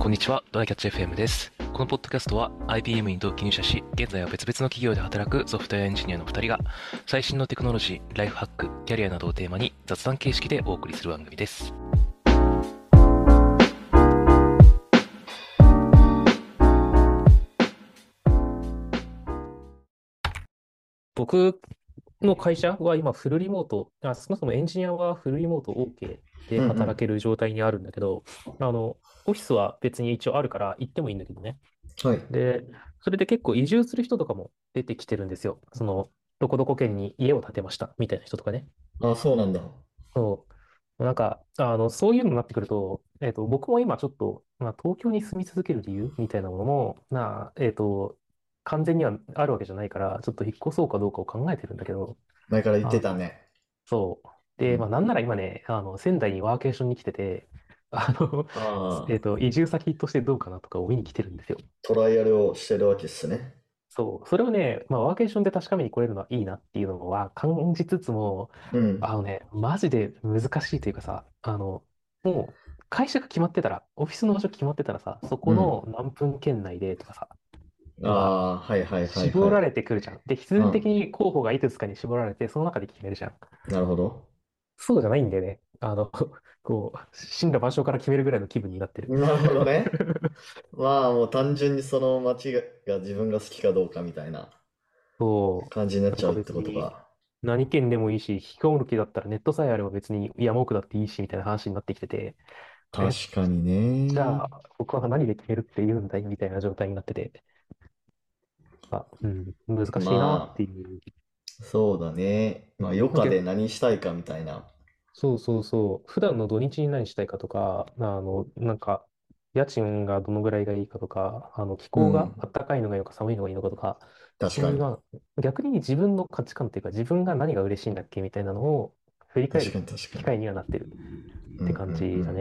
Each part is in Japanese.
こんにちは、ドライキャッチ FM です。このポッドキャストは IBM に同期入社し、現在は別々の企業で働くソフトウェアエンジニアの2人が、最新のテクノロジー、ライフハック、キャリアなどをテーマに雑談形式でお送りする番組です。僕の会社は今フルリモート、そもそもエンジニアはフルリモート OK でうんうん。 働ける状態にあるんだけど、オフィスは別に一応あるから行ってもいいんだけどね。 はい。 で、それで結構移住する人とかも出てきてるんですよ。どこどこ県に家を建てましたみたいな人とかね。 あ、そうなんだ。 そう。そういうのになってくると、僕も今ちょっと、東京に住み続ける理由みたいなものも、完全にはあるわけじゃないから、ちょっと引っ越そうかどうかを考えてるんだけど、 前から言ってあの、 たね。 そう。で、 うん。 なんなら今ね、仙台にワーケーションに来てて、あの、 ああ、 移住先としてどうかなとかを見に来てるんですよ。 トライアルをしてるわけっすね。 そう。それをね、ワーケーションで確かめに来れるのはいいなっていうのは感じつつも、 うん。 マジで難しいというかさ、もう、会社が決まってたら、オフィスの場所決まってたらさ、そこのうん。 何分圏内でとかさ、 あのがあ、はいはいはいはい。 絞られてくるじゃん。で、必然的うん。 に候補がいくつかに絞られて、その中で決めるじゃん。 なるほど。 そうじゃないんだよね。死んだ場所から決めるぐらいの気分になってる。 なるほどね。まあもう単純にその街が自分が好きかどうかみたいなそ感じになっう。なんかちゃうって別に、 ことか。 何県でもいいし、引きこもる気だったらネットさえあれば別に山奥だっていいし、みたいな話になってきてて、え、 確かにじゃね。 あ、僕は何で決めるって言うんだいみたいな状態になってて、難しいなっまていう。 あ、そうだね。まあ余暇で逆何したいかみたいな。 そうそうそう。普段の土日に何したいかとか、家賃がどのぐらいがいいかとか、気候がうん。 暖かいのがいいのか寒いのがいいのかとか、そういう、 確かに。 逆に自分の価値観っていうか、自分が何が嬉しいんだっけみたいなのを振り返確かるに確かに。 機会にはなってるって感うんうんうん。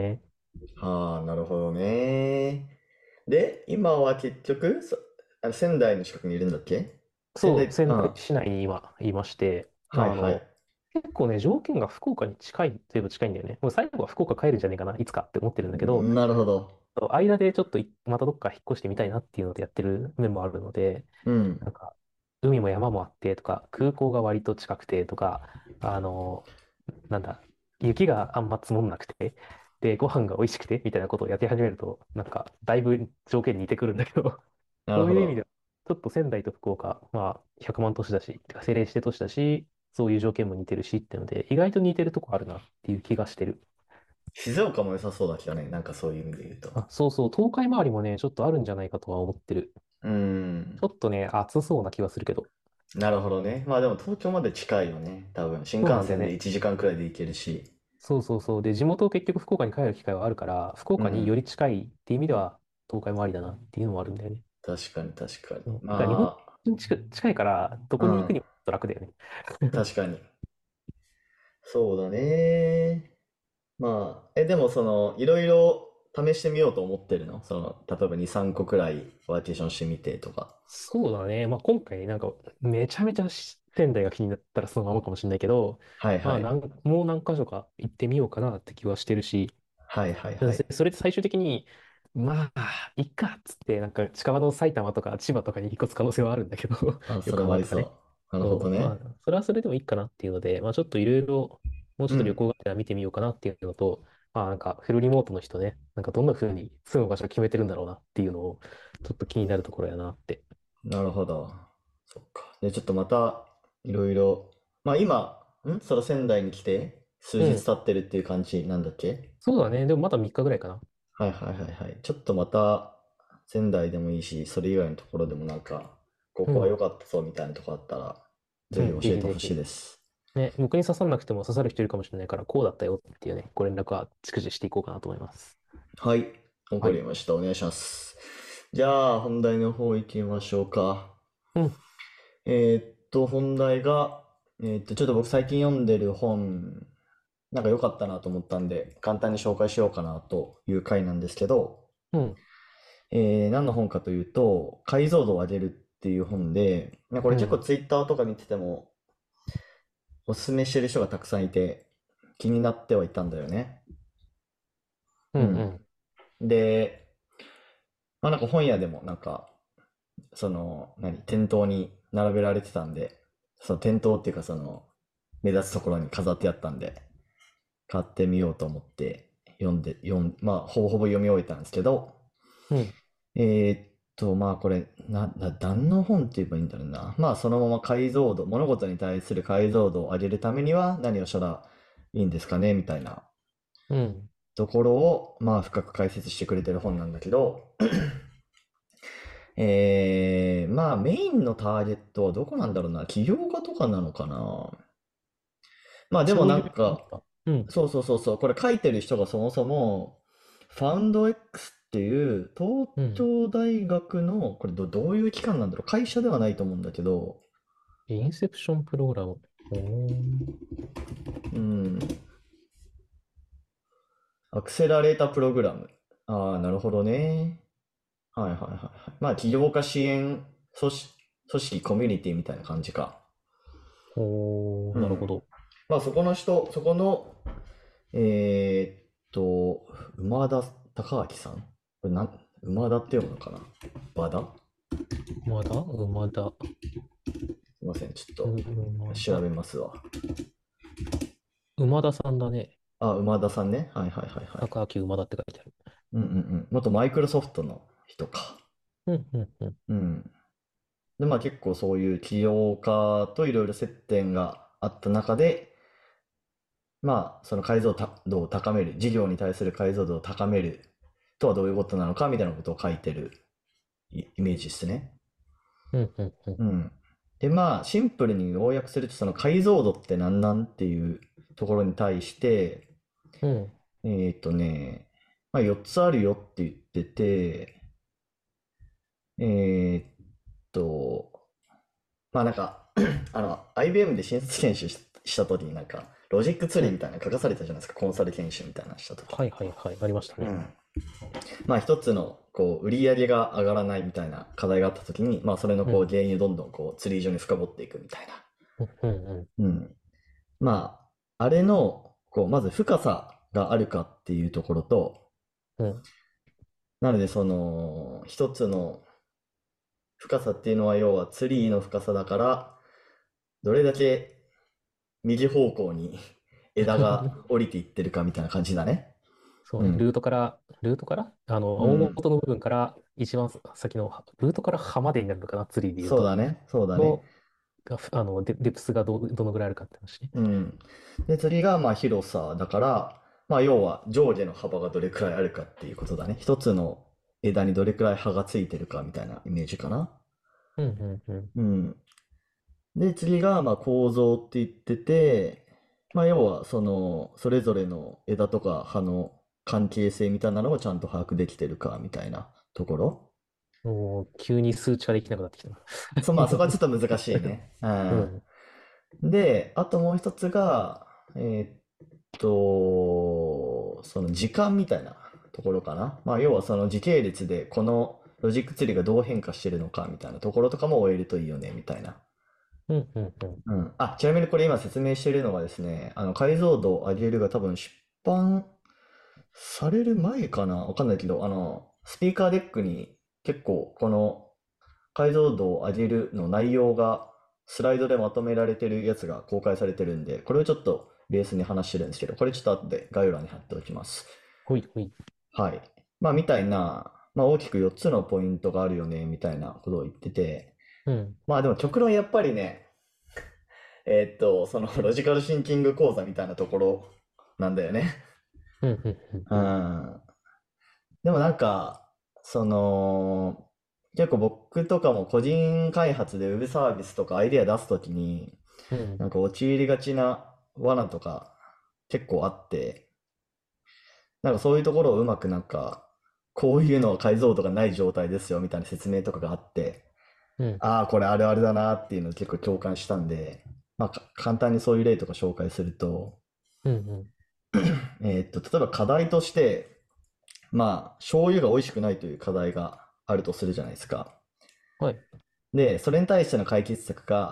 じだね。 はあ、なるほどね。で、今は結局、仙台の近くにいるんだっけ？仙そう、 台、 仙台あ市内に今いまして、 はいはい。 結構ね、条件が福岡に近いといえば近いんだよね。もう最後は福岡帰るんじゃねえかな、いつかって思ってるんだけど、 なるほど。 間でちょっとまたどっか引っ越してみたいなっていうのでやってる面もあるので、 うん。 なんか、海も山もあってとか、空港が割と近くてとか、なんだ、雪があんま積もんなくて、で、ご飯が美味しくてみたいなことをやって始めると、だいぶ条件似てくるんだけど、 なるほど。 そういう意味では、ちょっと仙台と福岡、100万都市だし、てか政令指定都市だし、そういう条件も似てるしっていうので、意外と似てるとこあるなっていう気がしてる。 静岡も良さそうだけどね。なんかそういう意味で言うと。 そうそう、東海周りもね、ちょっとあるんじゃないかとは思ってる。 うーん。 ちょっとね、暑そうな気はするけど。 なるほどね。まあでも東京まで近いよね。多分。新幹線でそうなんだよね。 1時間くらいで行けるし。 そうそうそう。で、地元結局福岡に帰る機会はあるから、福岡にようん。 り近いっていう意味では、東海もありだなっていうのもあるんだよね。 確かに確かに。 てか、日本まに近いから、どあ、うん。 こに行くにもちょっと楽だよね。 確かに。そうだね。まあ、でもいろいろ試してみようと思ってるの？例えば2、3個くらいワーケーションしてみてとか。 そうだね。今回、めちゃめちゃ仙台が気になったらそのままかもしれないけど、 はいはい。 もう何箇所か行ってみようかなって気はしてるし、 はいはいはい。 それで最終的に、いっかっつって、近場の埼玉とか千葉とかに引っ越す可能性はあるんだけど、 あ、そ横れもあ浜とかね。 りそう。なるほどそう、 ね。 それはそれでもいいかなっていうので、ちょっといろいろ、もうちょっと旅うん。 行がてら見てみようかなっていうのと、フルリモートの人ね、どんな風に住む場所を決めてるんだろうなっていうのを、ちょっと気になるところやなって。 なるほど。そっか。で、ちょっとまた、いろいろ。まあ今、仙台に来て、数うん。 日経ってるっていう感じなんだっけ？ そうだね。でもまだ3日ぐらいかな。 はいはいはいはい。ちょっとまた、仙台でもいいし、それ以外のところでもなんか、ここはうん。 良かったぞみたいなとこあったら、ぜひうん。ぜ教えてほしいひぜひ。 です。 ね、僕に刺さんなくても刺さる人いるかもしれないから、こうだったよっていうね、ご連絡は逐次していこうかなと思います。 はい。わはい。 かりました。お願いします。じゃあ、本題の方行きましょうか。 うん。 本題が、ちょっと僕最近読んでる本、なんか良かったなと思ったんで、簡単に紹介しようかなという回なんですけど、 うん。 何の本かというと、解像度を上げるっていう本で、これ結構うん。 ツイッターとか見ててもおすすめしてる人がたくさんいて、気になってはいたんだよね。 うん。 うん。 うん。 で、 まあなんか本屋でも店頭に並べられてたんで、その店頭っていうか目立つところに飾ってあったんで、買ってみようと思ってまあほぼほぼ読み終えたんですけど、 うん。 まあこれ、何の本って言えばいいんだろうな。まあそのまま物事に対する解像度を上げるためには何をしたらいいんですかねみたいなうん。 ところを、まあ深く解説してくれてる本なんだけど、まあメインのターゲットはどこなんだろうな。起業家とかなのかな。まあでもそういう感じか。うん。 そうそうそうそう、これ書いてる人がそもそも、ファウンド X っていう東うん。 京大学の、これどういう機関なんだろう。会社ではないと思うんだけど、 インセプションプログラム。おー。 うん、アクセラレータプログラム。ああ、なるほどね。はいはいはいはい。まあ起業家支援組織コミュニティみたいな感じか。 おー、なるほうん。 ど。 まあそこの、馬田隆明さん、これ馬田って読むのかな。馬田、 馬田馬田。 すいません、ちょっと馬田。 調べますわ。 馬田さんだね。 あ、馬田さんね。はいはいはいはい。 高明馬田って書いてある。 うんうんうん。元マイクロソフトの人か。 うん、うん、うん。 うん。で、まあ結構そういう起業家といろいろ接点があった中で、まあその解像度を高める、事業に対する解像度を高めるとはどういうことなのかみたいなことを書いてるイメージですね。 うん、うん、うん。 うん。で、まあシンプルに要約するとその解像度って何なんっていうところに対して、 うん。 まあ4つあるよって言ってて、えーっと、まあなんかIBM で新卒研修した時にロジックツうん。 リーみたいなの書かされたじゃないですか、コンサル研修みたいなのした時。 はい、はい、はい。ありましたね。 うん。まあ一つの、売り上げが上がらないみたいな課題があった時に、まあそれのうん。 原因をどんどんツリー上に深掘っていくみたいな。 うん、うん、 うん。まあ、あれの、まず深さがあるかっていうところと、 うん。 なので一つの深さっていうのは要はツリーの深さだから、どれだけ右方向に枝が降りていってるかみたいな感じだね。 そうね。 うん。 ルートから大うん。 元の部分から一番先の、ルートから葉までになるのかな、ツリーで言うと。 そうだね。そうだね。 の、デプスがどのぐらいあるかって話ね。 うん。で、次がまあ広さだから、まあ要は上下の幅がどれくらいあるかっていうことだね。一つの枝にどれくらい葉がついてるかみたいなイメージかな。 うん、うん、うん。 うん。で、次がまあ構造って言ってて、まあ要はそれぞれの枝とか葉の関係性みたいなのをちゃんと把握できてるかみたいなところ。 もう、急に数値化できなくなってきたな。 まあそこはちょっと難しいね。ううん。 ん。 で、あともう一つが、その時間みたいなところかな。まあ、要はその時系列でこのロジックツリーがどう変化してるのかみたいなところとかも終えるといいよね、みたいな。 うん、うん、うん。 うん。あ、ちなみにこれ今説明してるのがですね、解像度を上げるが多分出版される前かなわかんないけど、スピーカーデックに結構この解像度を上げるの内容がスライドでまとめられてるやつが公開されてるんで、これをちょっとベースに話してるんですけど、これちょっと後で概要欄に貼っておきます。 ほい、ほい。 はい。まあ、みたいな、まあ、大きく4つのポイントがあるよね、みたいなことを言ってて、 うん。 まあでも極論やっぱりね、そのロジカルシンキング講座みたいなところなんだよね。 うん、うん、うん。 ううん。 ん。でも結構僕とかも個人開発でウェブサービスとかアイデア出すときに、 うん。 陥りがちな罠とか結構あって、そういうところをうまくこういうのは解像度がない状態ですよみたいな説明とかがあって、 うん。 ああ、これあるあるだなっていうのを結構共感したんで、まあ簡単にそういう例とか紹介すると、 うん。 例えば課題として、まあ醤油が美味しくないという課題があるとするじゃないですか。 はい。 で、それに対しての解決策が、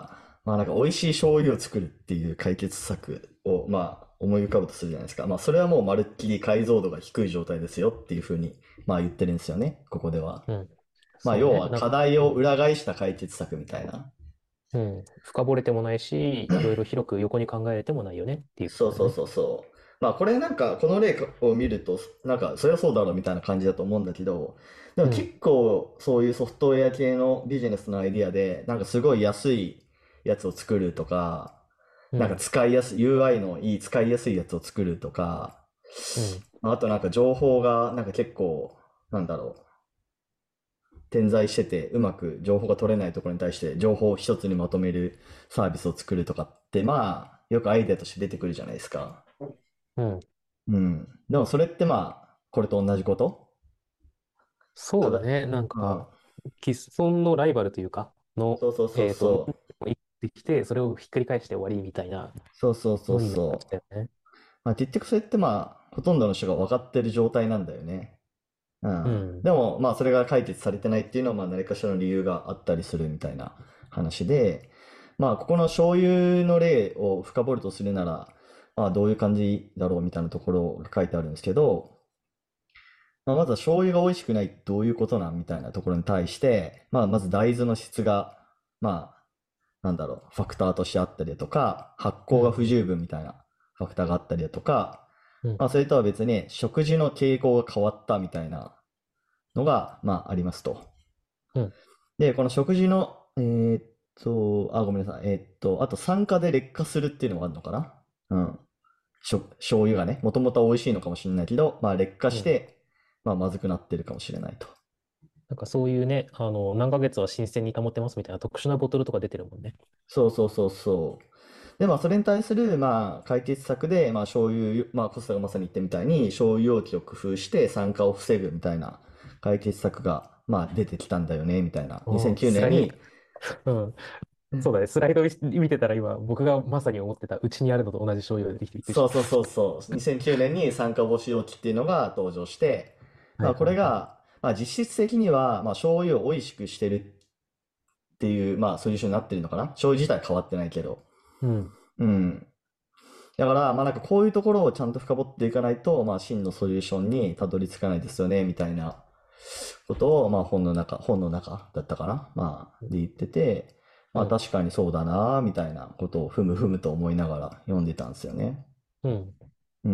まあなんか美味しい醤油を作るっていう解決策をまあ思い浮かぶとするじゃないですか。まあそれはもうまるっきり解像度が低い状態ですよっていうふうにまあ言ってるんですよね、ここでは。 うん。 まあそうね。 要は課題を裏返した解決策みたいな。 うん。深掘れてもないし、いろいろ広く横に考えれてもないよねっていうことだよね。 そうそうそうそう。まあこれなんかこの例を見るとなんかそりゃそうだろうみたいな感じだと思うんだけど、でもうん。 結構そういうソフトウェア系のビジネスのアイディアでなんかすごい安いやつを作るとか、なんかうん。 使いやすい UI のいい使いやすいやつを作るとか、 うん。 あとなんか情報がなんか結構なんだろう点在しててうまく情報が取れないところに対して情報を一つにまとめるサービスを作るとかってまあよくアイデアとして出てくるじゃないですか。 うん。 うん。でもそれってまあ、これと同じことただ、 そうだね。なんうん。 か、既存のライバルというか、 そうそうそう論そう。 点を言ってきて、それをひっくり返して終わりみたいなそうそうそうのになっそう。 ちゃったよね。 まあ結局それってまあ、ほとんどの人が分かってる状態なんだよね。うん。 うん。 でもまあそれが解決されてないっていうのはまあ何かしらの理由があったりするみたいな話で、まあここの醤油の例を深掘るとするなら、まあどういう感じだろうみたいなところが書いてあるんですけど、まあ、まずは醤油が美味しくないってどういうことなんみたいなところに対して、まあまず大豆の質が、まあなんだろう、ファクターとしてあったりだとか、発うん。 酵が不十分みたいなファクターがあったりだとか、 うん。 まあそれとは別に食事の傾向が変わったみたいなのが、まあありますと。 うん。 で、この食事の、ごめんなさい。あと酸化で劣化するっていうのがあるのかな。うん。醤油がね、もともとは美味しいのかもしれないけど、まあ劣化うん。 して、まあまずくなってるかもしれないと。 なんかそういうね、何ヶ月は新鮮に保ってますみたいな特殊なボトルとか出てるもんね。 そうそうそうそう。で、まあ、それに対する、まあ、解決策で、まあ、醤油、まあ、コスタがまさに言ったみたいに、醤油容器を工夫して酸化を防ぐみたいな解決策が、まあ、出てきたんだよね、みたいな。 おー 2009 スライ、 年に、 うん。そうだね。スライド見てたら今、僕がまさに思ってた、うちにあるのと同じ醤油が出てきてびっくりした。 そうそうそうそう、2009年に酸化防止容器っていうのが登場して、まあ、こはいはいはい。 れが、まあ、実質的には、まあ、醤油を美味しくしてるっていう、まあ、ソリューションになってるのかな。醤油自体は変わってないけど。 うん。 うん。だから、まあなんかこういうところをちゃんと深掘っていかないと、まあ真のソリューションにたどり着かないですよね、みたいなことを、まあ本の中だったかな。まあ、で言ってて、まあうん。 確かにそうだな、みたいなことをふむふむと思いながら読んでたんですよね。 うん。 うん。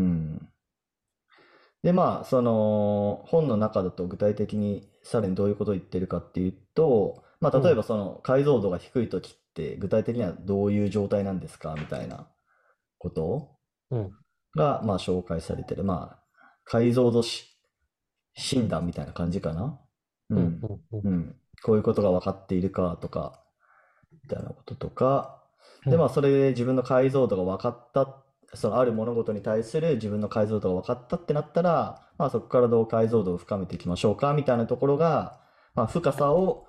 で、まあ、その本の中だと具体的にさらにどういうことを言ってるかっていうと、まあ例えばうん。 その解像度が低い時って具体的にはどういう状態なんですかみたいなことうん。 が、まあ、紹介されてる。まあ、解像度診断みたいな感じかな。ううん。 ん。 うん。うん。 うん。こういうことが分かっているかとか、みたいなこととか。で、まあ、 うん。 それで自分の解像度が分かった、そのある物事に対する自分の解像度が分かったってなったら、まあ、そこからどう解像度を深めていきましょうか、みたいなところが、まあ、深さを、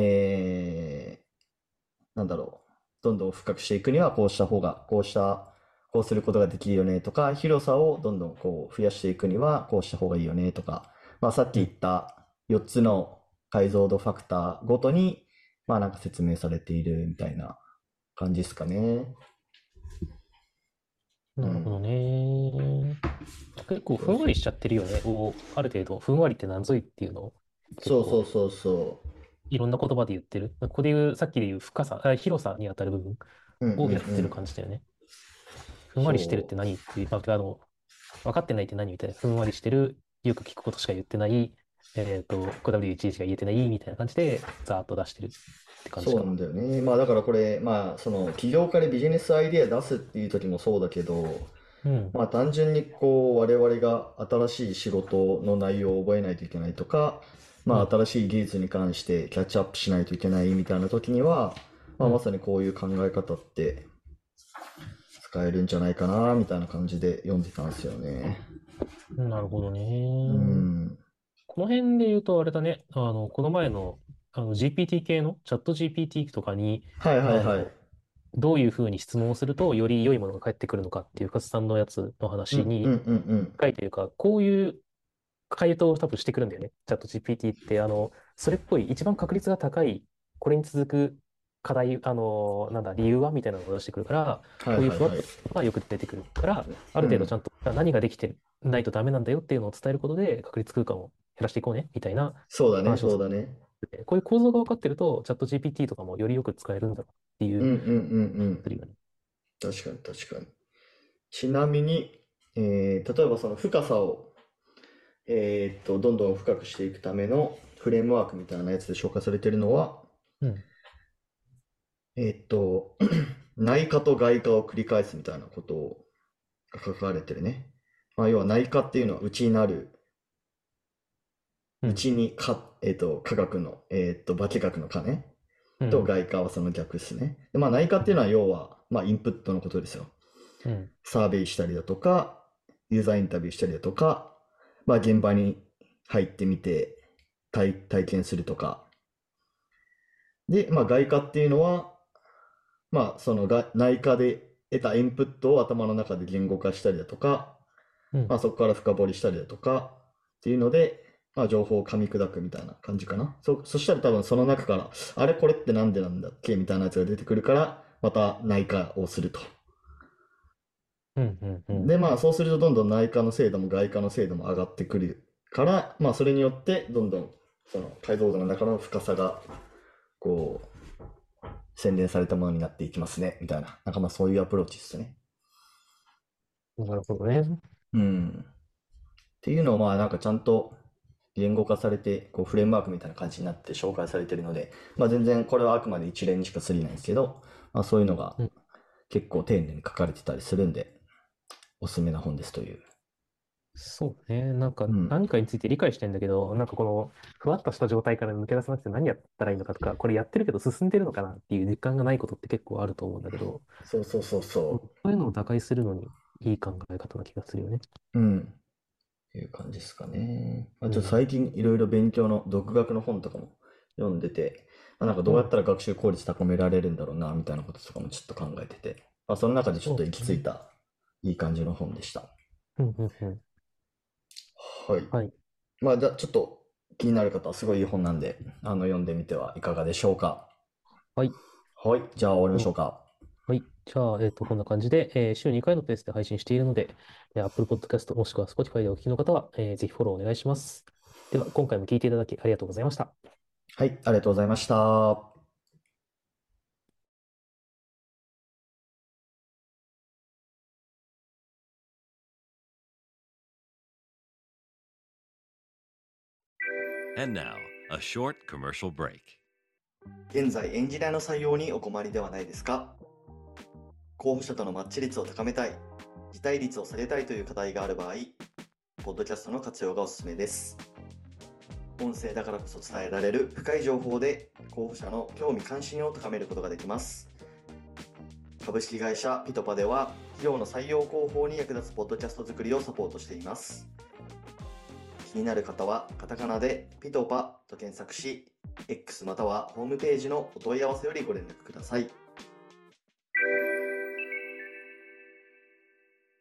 なんだろう、どんどん深くしていくには、こうした方が、こうすることができるよねとか、広さをどんどんこう増やしていくには、こうした方がいいよねとか、まあさっきうん。 言った4つの解像度ファクターごとに、まあなんか説明されているみたいな感じですかね。うなるほどん。 ね。結構そうそう。 ふんわりしちゃってるよね。ある程度、ふんわりって何ぞいっていうのを結構そうそうそうそいろんな言葉で言ってる。ここで言う、さっきで言う深さ、広さに当たる部分う。うんうんをやってるうん。 感じだよね。ふんわりしてるっそて何っていう、まあ、分かってないって何みたいな。ふんわりしてる、よく聞くことしか言ってない、5W11 しか言えてないみたいな感じで、ざーっと出してるってう。そうなん感じか。 だよね。まあだからこれ、まあその起業家でビジネスアイデア出すっていう時もそうだけど、 うん。 まあ単純にこう我々が新しい仕事の内容を覚えないといけないとか、まあうん。 新しい技術に関してキャッチアップしないといけないみたいな時には、まあまうん。 さにこういう考え方って使えるんじゃないかなみたいな感じで読んでたんですよね。 なるほどうね。 ん。 この辺で言うと、あれだね。この前の、GPT 系のチャット GPT とかに、 はいはいはい。 あの、どういうふうに質問をすると、より良いものが返ってくるのかっていう、勝さんのやつの話にうんうんうんうん。 書いてるか、こういう回答を多分してくるんだよね。チャット GPT って、それっぽい、一番確率が高い、これに続く課題、理由はみたいなのを出してくるから、 はいはいはい。 こういうふわっとしたのがよく出てくるから、あうん。 る程度ちゃんと何ができてないとダメなんだよっていうのを伝えることで、確率空間を減らしていこうね、みたいなそうだね、 話をすそうだね。 る。こういう構造が分かってると、チャット GPT とかもよりよく使えるんだろうっていう、 うんうんうんうん。 するよね。 確かに確かに。ちなみに、例えばその深さを、どんどん深くしていくためのフレームワークみたいなやつで紹介されているのは、 うん。 えーっと、内科と外科を繰り返すみたいなことが書かれてるね。まあ、要は内科っていうのは内になる、 うん。 内にか、科学の、化学の科ね。とうん。 外科はその逆ですね。で、まあ内科っていうのは要は、まあインプットのことですよ。 うん。 サーベイしたりだとか、ユーザーインタビューしたりだとか、まあ現場に入ってみて体験するとか。で、まあ外科っていうのは、まあその内科で得たインプットを頭の中で言語化したりだとか、 うん。 まあそこから深掘りしたりだとかっていうので、まあ情報を噛み砕くみたいな感じかな。そしたら多分その中から、あれこれってなんでなんだっけみたいなやつが出てくるから、また内科をすると。 うん。うん。うん。 で、まあそうするとどんどん内科の精度も外科の精度も上がってくるから、まあそれによってどんどんその解像度の中の深さがこう洗練されたものになっていきますね、みたいな。なんかまあそういうアプローチですね。 なるほどね。 うん。っていうのをまあなんかちゃんと言語化されて、こうフレームワークみたいな感じになって紹介されているので、まあ全然これはあくまで一例にしか過ぎないんですけど、まあそういうのがうん。 結構丁寧に書かれてたりするんで、おすすめな本ですという。 そうね。なんかうん。 何かについて理解してんだけど、なんかこのふわっとした状態から抜け出さなくて何やったらいいのかとか、これやってるけど進んでるのかなっていう実感がないことって結構あると思うんだけど、 そうそうそうそそういうのを打開するのにいい考え方な気がするよね。 う。うん。っていう感じですかね。まあ、ちょっとうん。 最近いろいろ勉強の独学の本とかも読んでて、まあ、なんかどうやっうん。 たら学習効率高められるんだろうな、みたいなこととかもちょっと考えてて、まあ、その中でちょっと行きそうね。 着いたいい感じの本でした。 うん。うん。うん。 はい。 はい。 まあ、じゃあちょっと気になる方はすごいいい本なんで、読んでみてはいかがでしょうか。 はい。 はい。じゃあ終わりまうん。 しょうか。 はい。じゃあ、こんな感じで、週2回のペースで配信しているので、Apple Podcast もしくは Spotify でお聞きの方は、ぜひフォローお願いします。では、今回も聞いていただきありがとうございました。 はい。ありがとうございました。 And now, a short commercial break. 現在エンジニアの採用にお困りではないですか？候補者とのマッチ率を高めたい、辞退率を下げたいという課題がある場合、ポッドキャストの活用がおすすめです。音声だからこそ伝えられる深い情報で候補者の興味関心を高めることができます。株式会社ピトパでは企業の採用広報に役立つポッドキャスト作りをサポートしています。気になる方はカタカナでピトパと検索し、X またはホームページのお問い合わせよりご連絡ください。